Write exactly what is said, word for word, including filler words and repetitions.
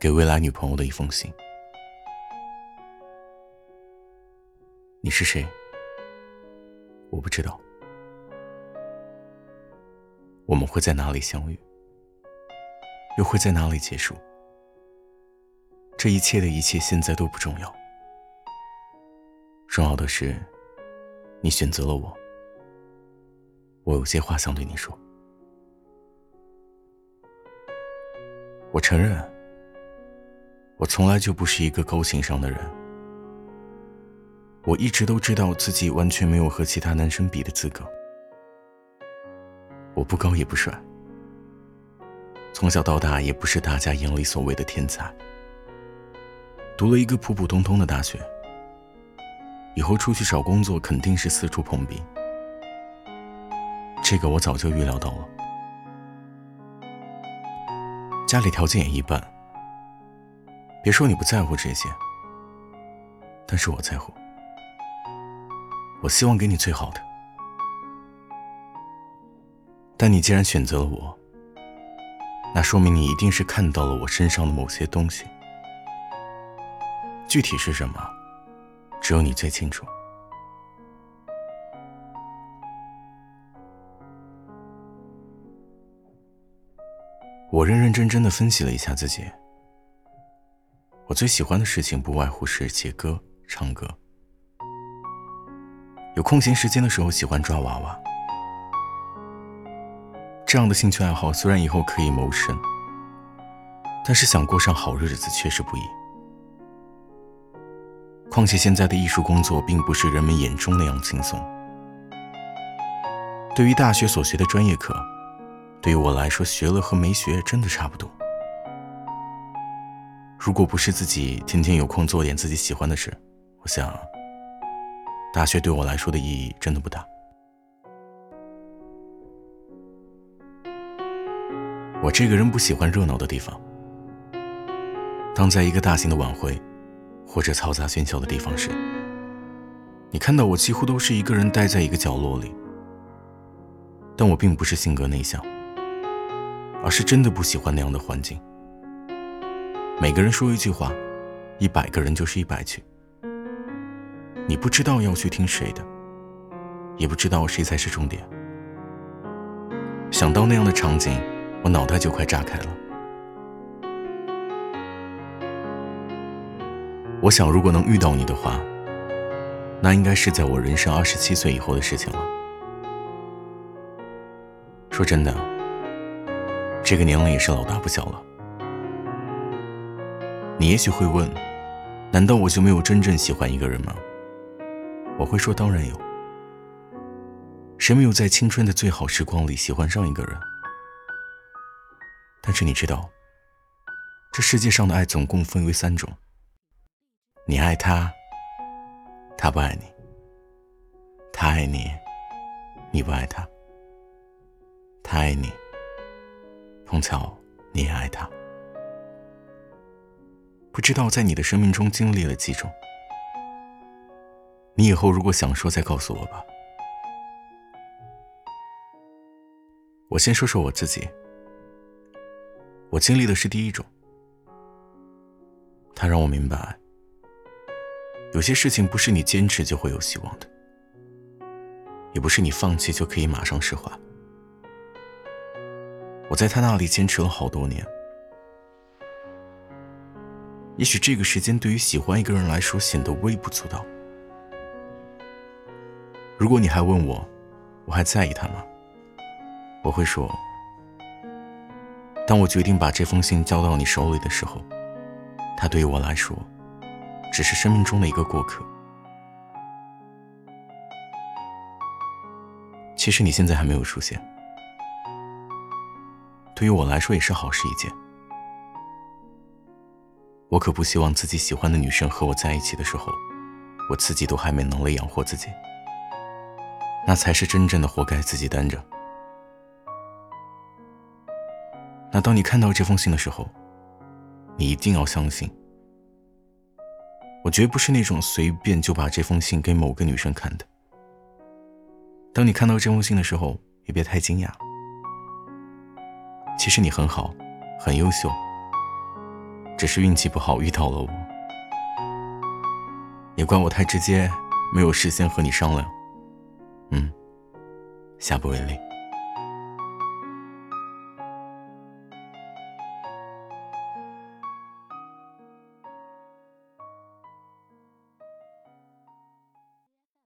给未来女朋友的一封信。你是谁？我不知道。我们会在哪里相遇？又会在哪里结束？这一切的一切现在都不重要。重要的是，你选择了我。我有些话想对你说。我承认，我从来就不是一个高情商的人。我一直都知道自己完全没有和其他男生比的资格。我不高也不帅，从小到大也不是大家眼里所谓的天才。读了一个普普通通的大学，以后出去找工作肯定是四处碰壁。这个我早就预料到了。家里条件也一般，别说你不在乎这些，但是我在乎。我希望给你最好的，但你既然选择了我，那说明你一定是看到了我身上的某些东西。具体是什么，只有你最清楚。我认认真真地分析了一下自己，我最喜欢的事情不外乎是写歌、唱歌。有空闲时间的时候喜欢抓娃娃。这样的兴趣爱好虽然以后可以谋生，但是想过上好日子确实不易。况且现在的艺术工作并不是人们眼中那样轻松。对于大学所学的专业课，对于我来说学了和没学真的差不多。如果不是自己天天有空做点自己喜欢的事，我想大学对我来说的意义真的不大。我这个人不喜欢热闹的地方。当在一个大型的晚会或者嘈杂喧嚣的地方时，你看到我几乎都是一个人待在一个角落里。但我并不是性格内向，而是真的不喜欢那样的环境。每个人说一句话，一百个人就是一百句。你不知道要去听谁的，也不知道谁才是重点。想到那样的场景，我脑袋就快炸开了。我想如果能遇到你的话，那应该是在我人生二十七岁以后的事情了。说真的，这个年龄也是老大不小了。你也许会问，难道我就没有真正喜欢一个人吗？我会说当然有。谁没有在青春的最好时光里喜欢上一个人？但是你知道，这世界上的爱总共分为三种。你爱他，他不爱你；他爱你，你不爱他；他爱你，碰巧你也爱他。不知道在你的生命中经历了几种，你以后如果想说再告诉我吧。我先说说我自己，我经历的是第一种。它让我明白，有些事情不是你坚持就会有希望的，也不是你放弃就可以马上释怀。我在他那里坚持了好多年。也许这个时间对于喜欢一个人来说显得微不足道。如果你还问我，我还在意他吗？我会说，当我决定把这封信交到你手里的时候，他对于我来说只是生命中的一个过客。其实你现在还没有出现，对于我来说也是好事一件。我可不希望自己喜欢的女生和我在一起的时候，我自己都还没能力养活自己，那才是真正的活该自己担着。那当你看到这封信的时候，你一定要相信，我绝不是那种随便就把这封信给某个女生看的。当你看到这封信的时候，也别太惊讶。其实你很好，很优秀， 只是运气不好遇到了我，也怪我太直接，没有事先和你商量。嗯，下不为例。